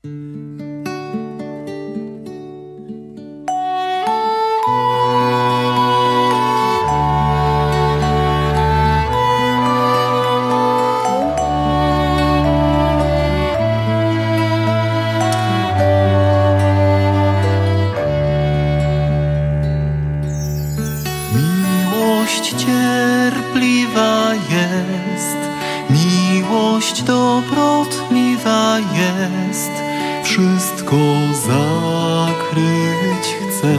Miłość cierpliwa jest, miłość dobrotliwa jest, wszystko zakryć chce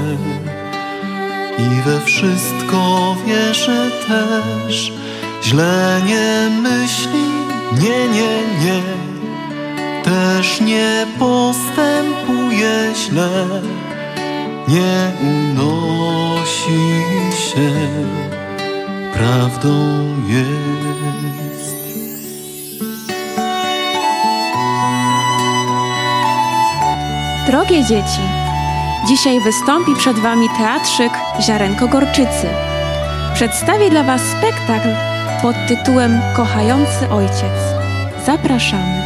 i we wszystko wierzy też. Źle nie myśli, nie, też nie postępuje źle, nie unosi się, prawdą jest. Drogie dzieci, dzisiaj wystąpi przed Wami teatrzyk Ziarenko Gorczycy. Przedstawię dla Was spektakl pod tytułem Kochający Ojciec. Zapraszamy.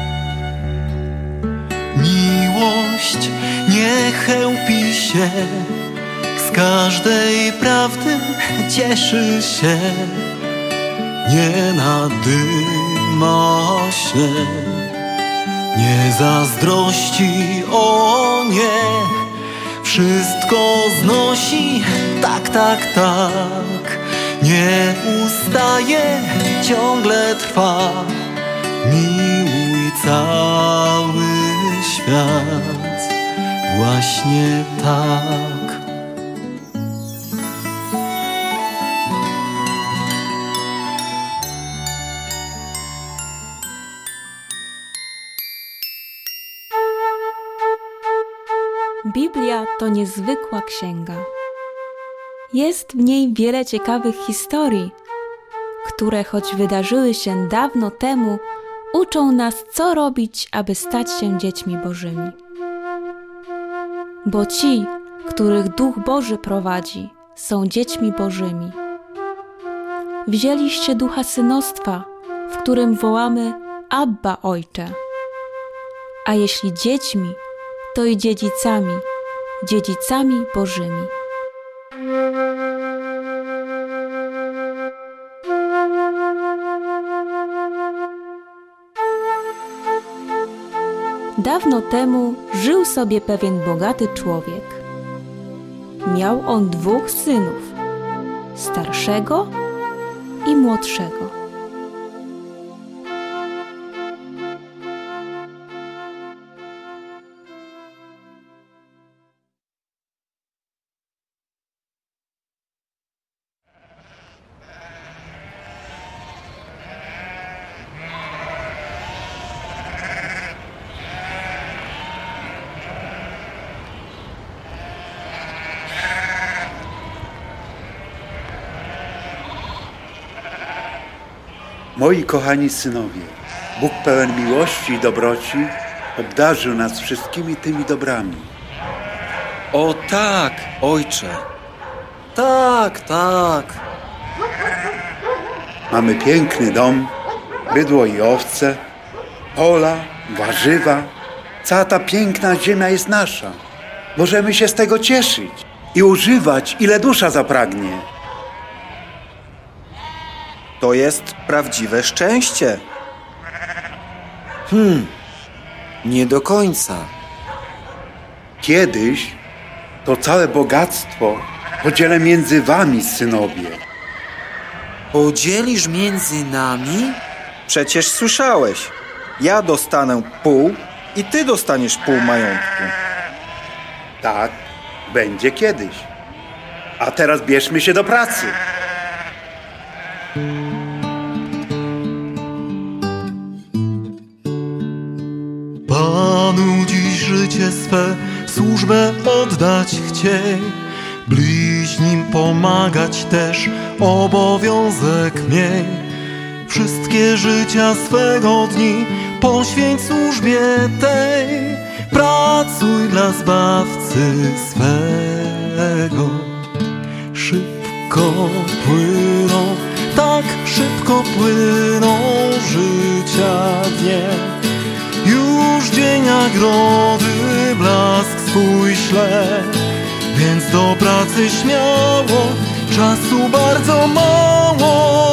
Miłość nie chełpi się, z każdej prawdy cieszy się, nie nadyma się, nie zazdrości, o nie, wszystko znosi, tak, nie ustaje, ciągle trwa, miłuj cały świat, właśnie tak. Biblia to niezwykła księga. Jest w niej wiele ciekawych historii, które, choć wydarzyły się dawno temu, uczą nas, co robić, aby stać się dziećmi Bożymi. Bo ci, których Duch Boży prowadzi, są dziećmi Bożymi. Wzięliście ducha synostwa, w którym wołamy Abba, Ojcze. A jeśli dziećmi, to i dziedzicami Bożymi. Dawno temu żył sobie pewien bogaty człowiek. Miał on 2 synów, starszego i młodszego. Moi kochani synowie, Bóg pełen miłości i dobroci obdarzył nas wszystkimi tymi dobrami. O tak, Ojcze. Tak. Mamy piękny dom, bydło i owce, pola, warzywa. Cała ta piękna ziemia jest nasza. Możemy się z tego cieszyć i używać, ile dusza zapragnie. To jest prawdziwe szczęście. Nie do końca. Kiedyś to całe bogactwo podzielę między wami, synowie. Podzielisz między nami? Przecież słyszałeś. Ja dostanę pół i ty dostaniesz pół majątku. Tak, będzie kiedyś. A teraz bierzmy się do pracy. Panu dziś życie swe w służbę oddać chciej, bliźnim pomagać też obowiązek miej. Wszystkie życia swego dni poświęć służbie tej, pracuj dla Zbawcy swego. Szybko płyną, tak szybko płyną życia dnie. Już dzień jak nagrody blask swój śle. Więc do pracy śmiało, czasu bardzo mało.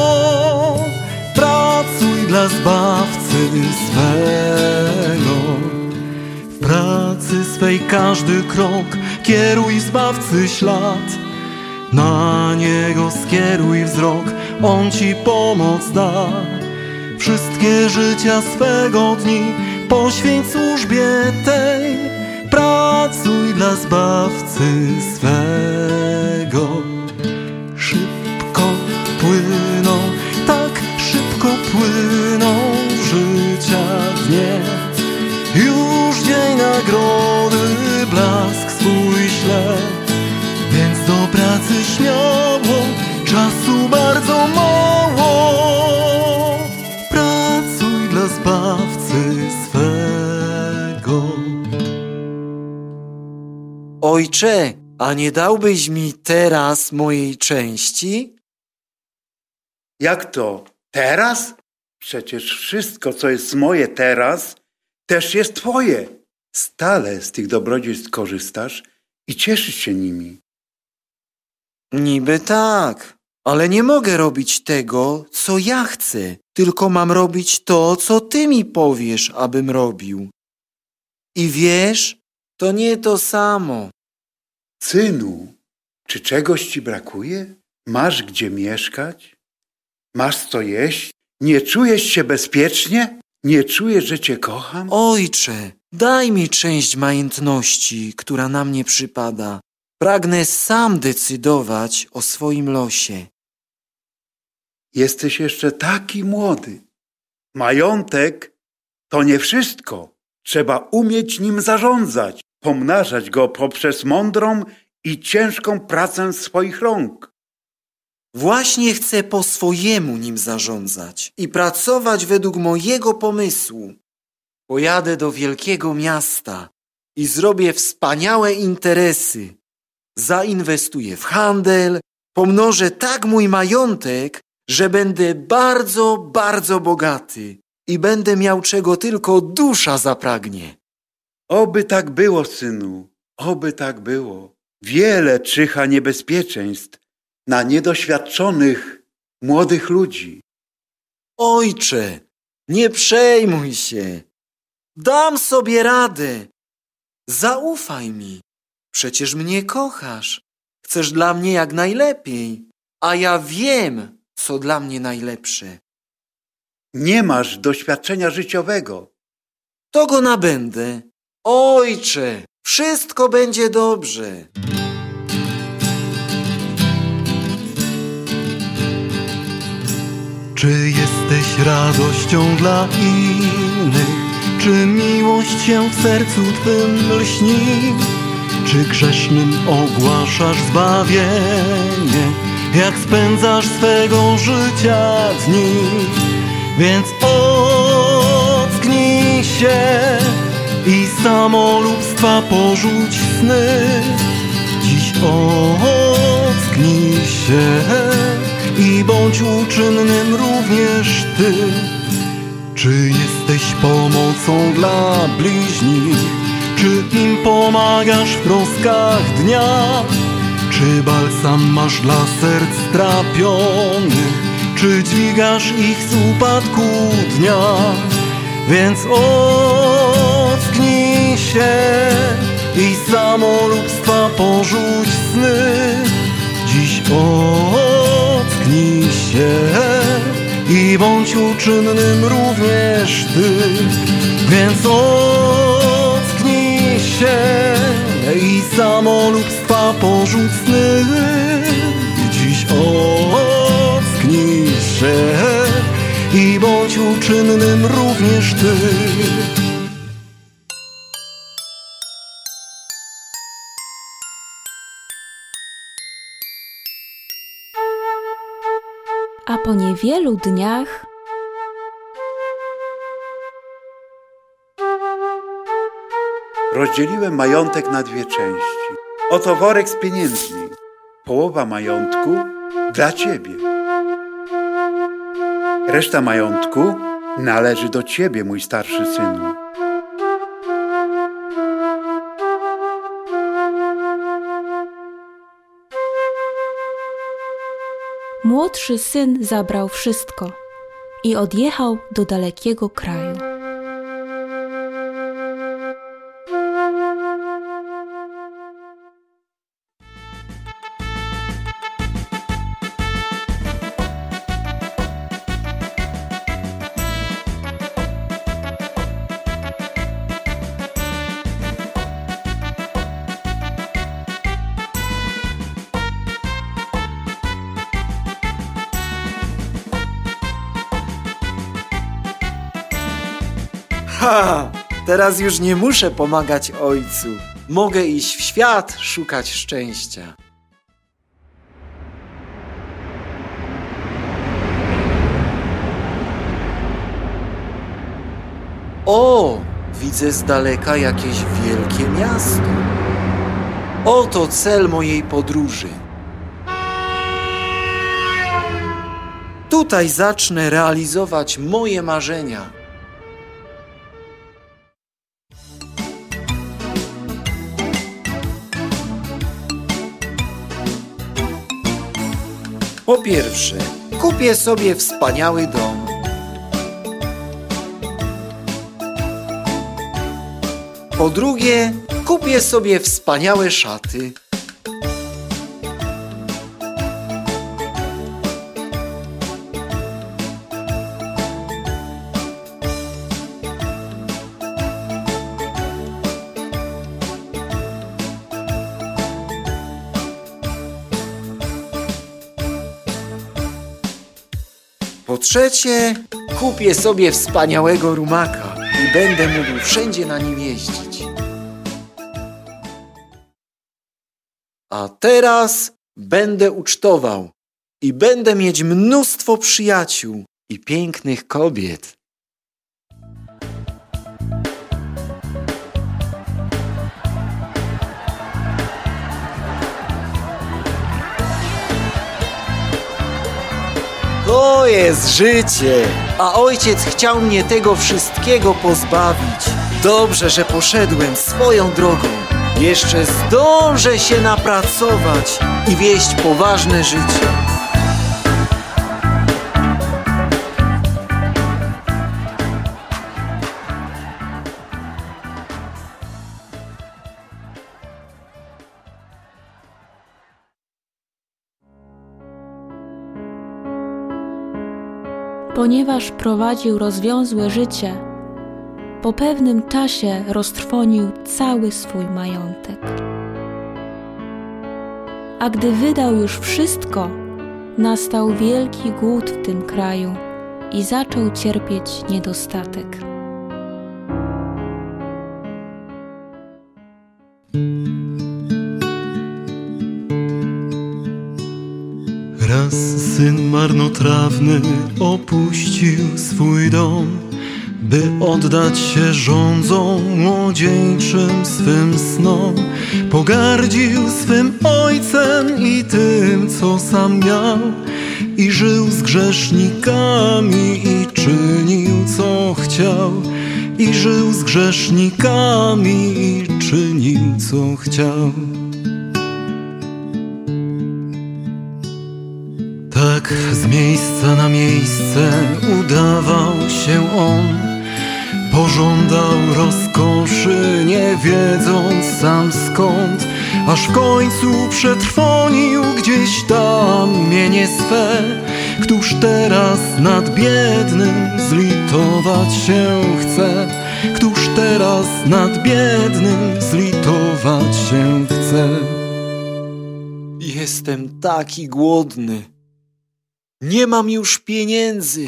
Pracuj dla Zbawcy swego. W pracy swej każdy krok kieruj Zbawcy ślad. Na Niego skieruj wzrok, On ci pomoc da. Wszystkie życia swego dni poświęć służbie tej. Pracuj dla Zbawcy swego. Szybko płyną, tak szybko płyną życia dnie. Już dzień nagrody blask swój śle. Więc do pracy śmiało, czasu bardzo mało. Pracuj dla Zbawcy swego. Ojcze, a nie dałbyś mi teraz mojej części? Jak to? Teraz? Przecież wszystko, co jest moje teraz, też jest twoje. Stale z tych dobrodziejstw korzystasz i cieszysz się nimi. Niby tak, ale nie mogę robić tego, co ja chcę, tylko mam robić to, co ty mi powiesz, abym robił. I wiesz, to nie to samo. Synu, czy czegoś ci brakuje? Masz gdzie mieszkać? Masz co jeść? Nie czujesz się bezpiecznie? Nie czujesz, że cię kocham? Ojcze, daj mi część majątności, która na mnie przypada. Pragnę sam decydować o swoim losie. Jesteś jeszcze taki młody. Majątek to nie wszystko. Trzeba umieć nim zarządzać, pomnażać go poprzez mądrą i ciężką pracę swoich rąk. Właśnie chcę po swojemu nim zarządzać i pracować według mojego pomysłu. Pojadę do wielkiego miasta i zrobię wspaniałe interesy. Zainwestuję w handel, pomnożę tak mój majątek, że będę bardzo, bardzo bogaty i będę miał czego tylko dusza zapragnie. Oby tak było, synu, oby tak było. Wiele czyha niebezpieczeństw na niedoświadczonych, młodych ludzi. Ojcze, nie przejmuj się. Dam sobie radę. Zaufaj mi. Przecież mnie kochasz. Chcesz dla mnie jak najlepiej, a ja wiem, co dla mnie najlepsze. Nie masz doświadczenia życiowego. To go nabędę. Ojcze, wszystko będzie dobrze. Czy jesteś radością dla innych? Czy miłość się w sercu twym lśni? Czy grzesznym ogłaszasz zbawienie? Jak spędzasz swego życia dni? Więc ocknij się i samolubstwa porzuć sny. Dziś ocknij się i bądź uczynnym również ty. Czy jesteś pomocą dla bliźnich? Czy im pomagasz w troskach dnia? Czy balsam masz dla serc strapionych? Czy dźwigasz ich z upadku dnia? Więc ocknij się i samolubstwa porzuć sny. Dziś ocknij się i bądź uczynnym również ty. Więc ocknij się i samolubstwa porzuć sny. Dziś ocknij się i bądź uczynnym również ty. A po niewielu dniach Rozdzieliłem majątek na dwie części. Oto worek z pieniędzmi. Połowa majątku dla ciebie. Reszta majątku należy do ciebie, mój starszy synu. najmłodszy syn zabrał wszystko i odjechał do dalekiego kraju. Ha! Teraz już nie muszę pomagać ojcu. Mogę iść w świat szukać szczęścia. O! Widzę z daleka jakieś wielkie miasto. Oto cel mojej podróży. Tutaj zacznę realizować moje marzenia. Po pierwsze, kupię sobie wspaniały dom. Po drugie, kupię sobie wspaniałe szaty. Po trzecie, kupię sobie wspaniałego rumaka i będę mógł wszędzie na nim jeździć. A teraz będę ucztował i będę mieć mnóstwo przyjaciół i pięknych kobiet. To jest życie, a ojciec chciał mnie tego wszystkiego pozbawić. Dobrze, że poszedłem swoją drogą. Jeszcze zdążę się napracować i wieść poważne życie. Ponieważ prowadził rozwiązłe życie, po pewnym czasie roztrwonił cały swój majątek. A gdy wydał już wszystko, nastał wielki głód w tym kraju i zaczął cierpieć niedostatek. Raz syn marnotrawny opuścił swój dom, by oddać się żądzom młodzieńczym swym snom. Pogardził swym ojcem i tym, co sam miał, i żył z grzesznikami i czynił, co chciał. I żył z grzesznikami i czynił, co chciał. Tak z miejsca na miejsce udawał się on. Pożądał rozkoszy, nie wiedząc sam skąd, aż w końcu przetrwonił gdzieś tam mienie swe. Któż teraz nad biednym zlitować się chce? Któż teraz nad biednym zlitować się chce? Jestem taki głodny. Nie mam już pieniędzy.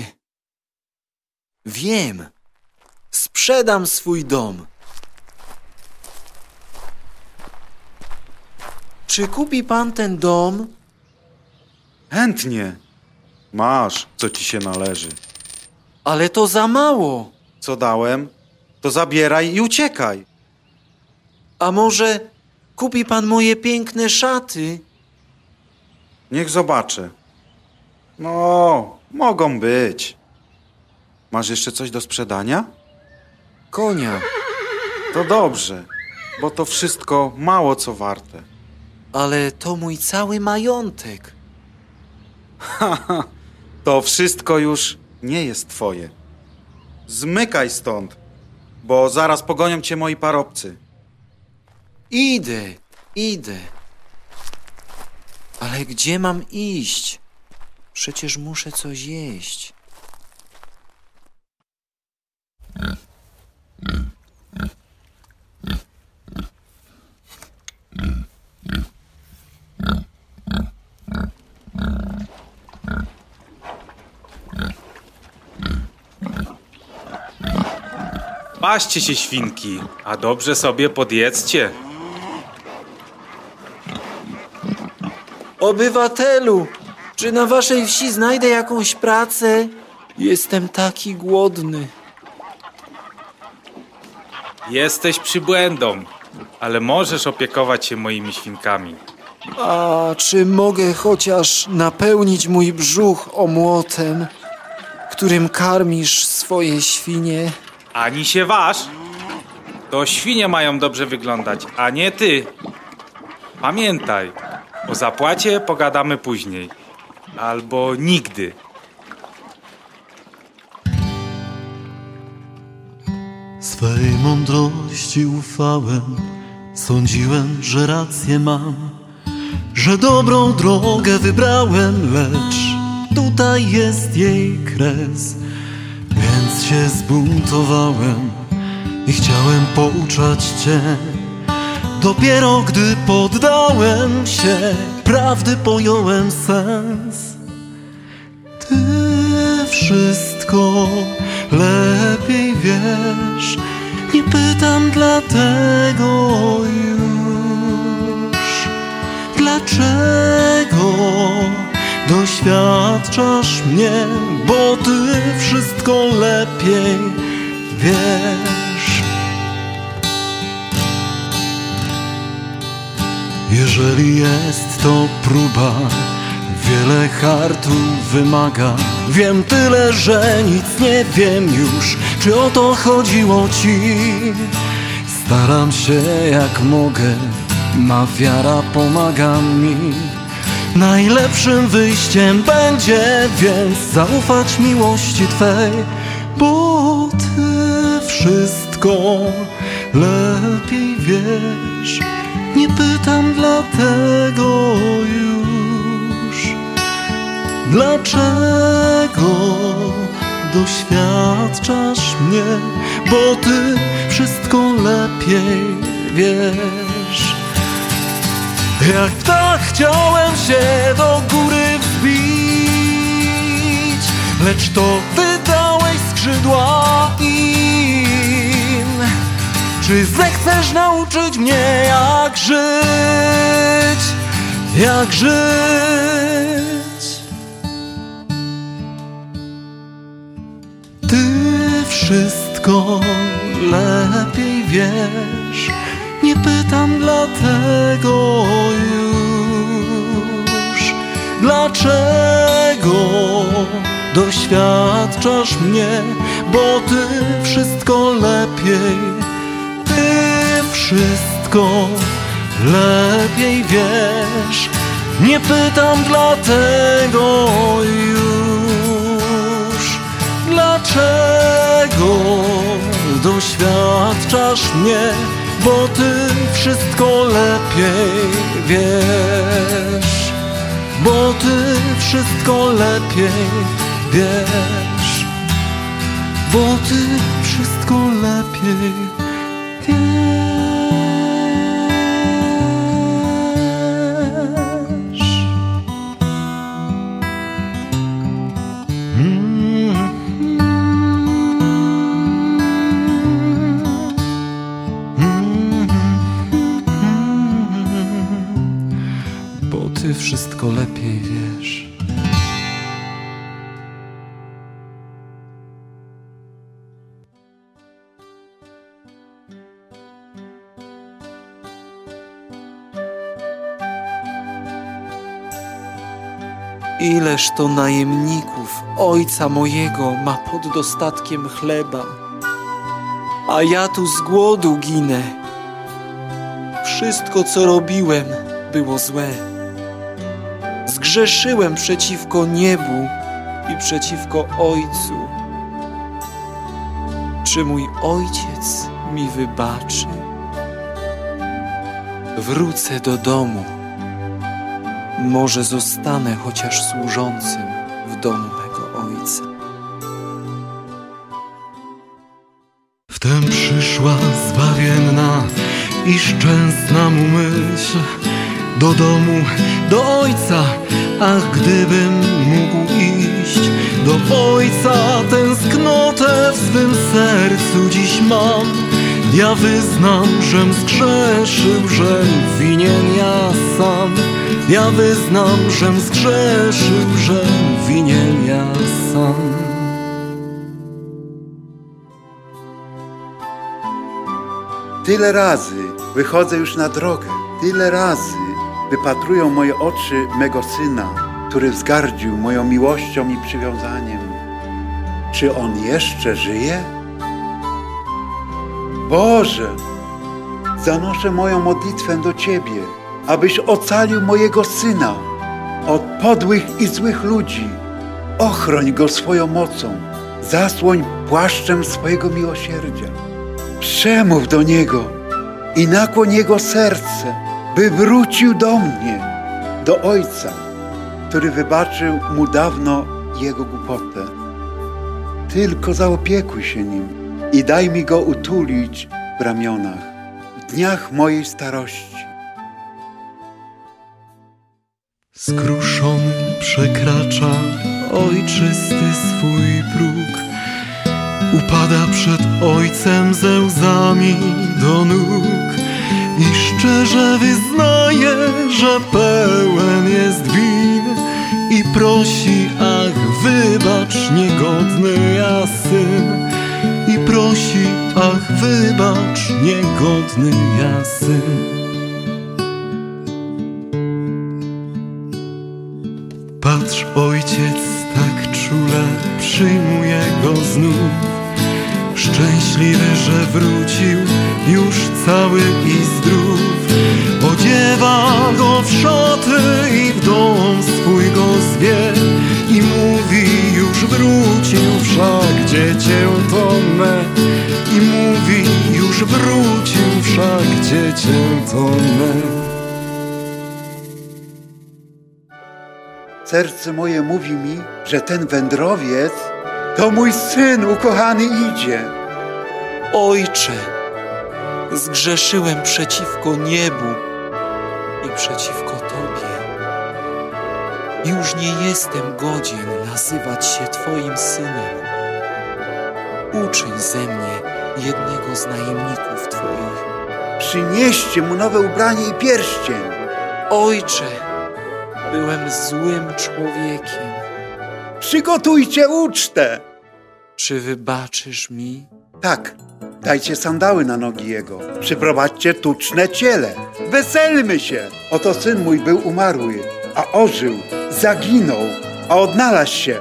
Wiem. Sprzedam swój dom. Czy kupi pan ten dom? Chętnie. Masz, co ci się należy. Ale to za mało. Co dałem, to zabieraj i uciekaj. A może kupi pan moje piękne szaty? Niech zobaczę. No, mogą być. Masz jeszcze coś do sprzedania? Konia. To dobrze, bo to wszystko mało co warte. Ale to mój cały majątek. To wszystko już nie jest twoje. Zmykaj stąd, bo zaraz pogonią cię moi parobcy. Idę. Ale gdzie mam iść? Przecież muszę coś jeść. Paście się, świnki, a dobrze sobie podjedzcie. Obywatelu, czy na waszej wsi znajdę jakąś pracę? Jestem taki głodny. Jesteś przybłędą, ale możesz opiekować się moimi świnkami. A czy mogę chociaż napełnić mój brzuch omłotem, którym karmisz swoje świnie? Ani się waż. To świnie mają dobrze wyglądać, a nie ty. Pamiętaj, o zapłacie pogadamy później. Albo nigdy. Swej mądrości ufałem, sądziłem, że rację mam, że dobrą drogę wybrałem, lecz tutaj jest jej kres. Więc się zbuntowałem i chciałem pouczać Cię. Dopiero gdy poddałem się, prawdy pojąłem sens. Ty wszystko lepiej wiesz, nie pytam dlatego już. Dlaczego doświadczasz mnie, bo Ty wszystko lepiej wiesz. Jeżeli jest to próba, wiele hartu wymaga. Wiem tyle, że nic nie wiem już, czy o to chodziło Ci. Staram się jak mogę, ma wiara pomaga mi. Najlepszym wyjściem będzie więc zaufać miłości Twej, bo Ty wszystko lepiej wiesz. Nie pytam dlatego już. Dlaczego doświadczasz mnie, bo Ty wszystko lepiej wiesz. Jak ptak chciałem się do góry wzbić, lecz to Ty dałeś skrzydła im. Czy zechcesz nauczyć mnie jak żyć, jak żyć? Ty wszystko lepiej wiesz, nie pytam dlatego już. Dlaczego doświadczasz mnie, bo Ty wszystko lepiej. Ty wszystko lepiej wiesz, nie pytam dlatego już. Dlaczego doświadczasz mnie, bo Ty wszystko lepiej wiesz. Bo Ty wszystko lepiej wiesz. Bo Ty wszystko lepiej wiesz. Bo Ty wszystko lepiej wiesz. Ileż to najemników ojca mojego ma pod dostatkiem chleba, a ja tu z głodu ginę. Wszystko, co robiłem, było złe. zgrzeszyłem przeciwko niebu i przeciwko Ojcu. Czy mój Ojciec mi wybaczy? Wrócę do domu. Może zostanę chociaż służącym w domu mego Ojca. Wtem przyszła zbawienna i szczęsna mu myśl. Do domu, do Ojca, ach, gdybym mógł iść. Do Ojca tęsknotę w swym sercu dziś mam. Ja wyznam, żem zgrzeszył, żem winien ja sam. Ja wyznam, żem zgrzeszył, żem winien ja sam. Tyle razy wychodzę już na drogę, tyle razy wypatrują moje oczy mego Syna, który wzgardził moją miłością i przywiązaniem. Czy On jeszcze żyje? Boże, zanoszę moją modlitwę do Ciebie, abyś ocalił mojego Syna od podłych i złych ludzi. Ochroń Go swoją mocą, zasłoń płaszczem swojego miłosierdzia. Przemów do Niego i nakłoń Jego serce, by wrócił do mnie, do Ojca, który wybaczył mu dawno jego głupotę. Tylko zaopiekuj się nim i daj mi go utulić w ramionach w dniach mojej starości. Skruszony przekracza ojczysty swój próg. Upada przed Ojcem ze łzami do nóg i szczerze wyznaje, że pełen jest win i prosi, ach, wybacz, niegodny ja Syn. I prosi, ach, wybacz, niegodny ja Syn. Patrz, Ojciec tak czule przyjmuje go znów. Szczęśliwy, że wrócił już cały i zdrów. Odziewa go w szaty i w dom swój go zwie i mówi, już wrócił wszak dziecię to me. I mówi, już wrócił wszak dziecię to me. Serce moje mówi mi, że ten wędrowiec to mój Syn ukochany idzie. Ojcze, zgrzeszyłem przeciwko niebu i przeciwko Tobie. Już nie jestem godzien nazywać się Twoim Synem. Uczyń ze mnie jednego z najemników Twoich. Przynieście mu nowe ubranie i pierścień. Ojcze, byłem złym człowiekiem. Przygotujcie ucztę. Czy wybaczysz mi? Tak, dajcie sandały na nogi jego. Przyprowadźcie tuczne ciele. Weselmy się. Oto syn mój był umarły, a ożył. Zaginął, a odnalazł się.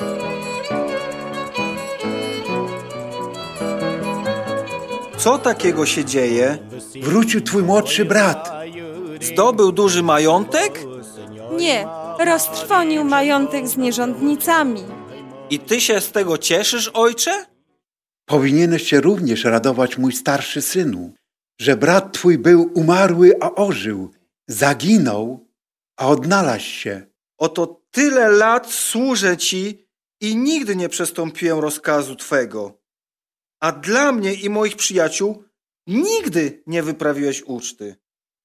Co takiego się dzieje? Wrócił twój młodszy brat. Zdobył duży majątek? Nie, roztrwonił majątek z nierządnicami. I ty się z tego cieszysz, ojcze? Powinieneś się również radować, mój starszy synu, że brat twój był umarły, a ożył. Zaginął, a odnalazł się. Oto tyle lat służę ci i nigdy nie przestąpiłem rozkazu twego. A dla mnie i moich przyjaciół nigdy nie wyprawiłeś uczty.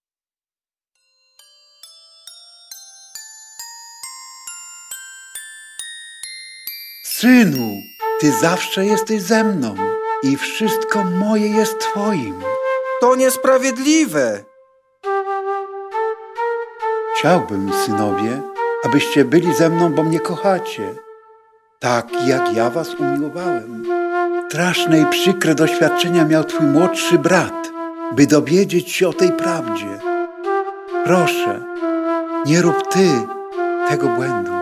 Synu, ty zawsze jesteś ze mną i wszystko moje jest twoim. To niesprawiedliwe. Chciałbym, synowie, abyście byli ze mną, bo mnie kochacie, tak jak ja was umiłowałem. Straszne i przykre doświadczenia miał twój młodszy brat, by dowiedzieć się o tej prawdzie. Proszę, nie rób ty tego błędu.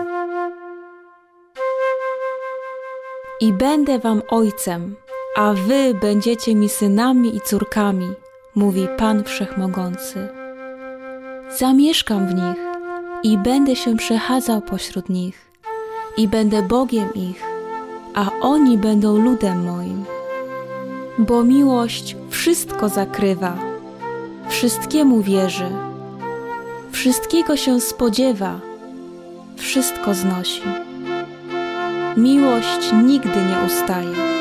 I będę wam ojcem, a wy będziecie mi synami i córkami, mówi Pan Wszechmogący. Zamieszkam w nich i będę się przechadzał pośród nich i będę Bogiem ich, a oni będą ludem moim. Bo miłość wszystko zakrywa, wszystkiemu wierzy, wszystkiego się spodziewa, wszystko znosi. Miłość nigdy nie ustaje.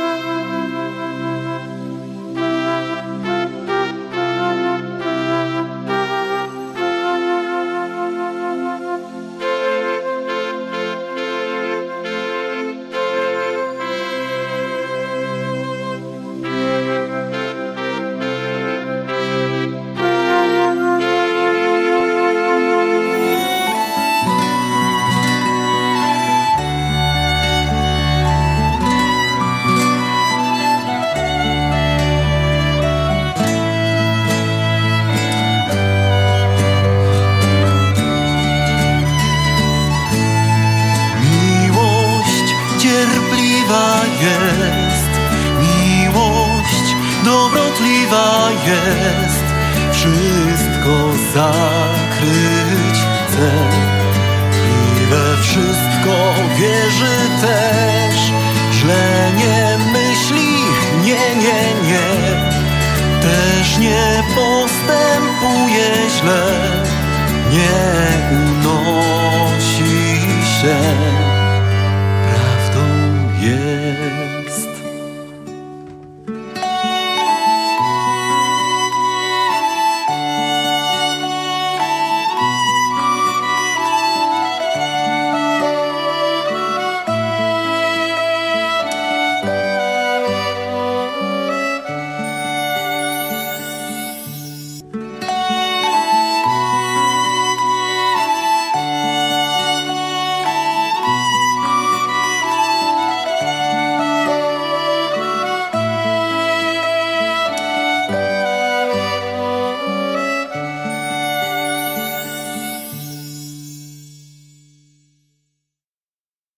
Jest, miłość dobrotliwa jest, wszystko zakryć chce i we wszystko wierzy też, źle nie myśli, nie, też nie postępuje źle, nie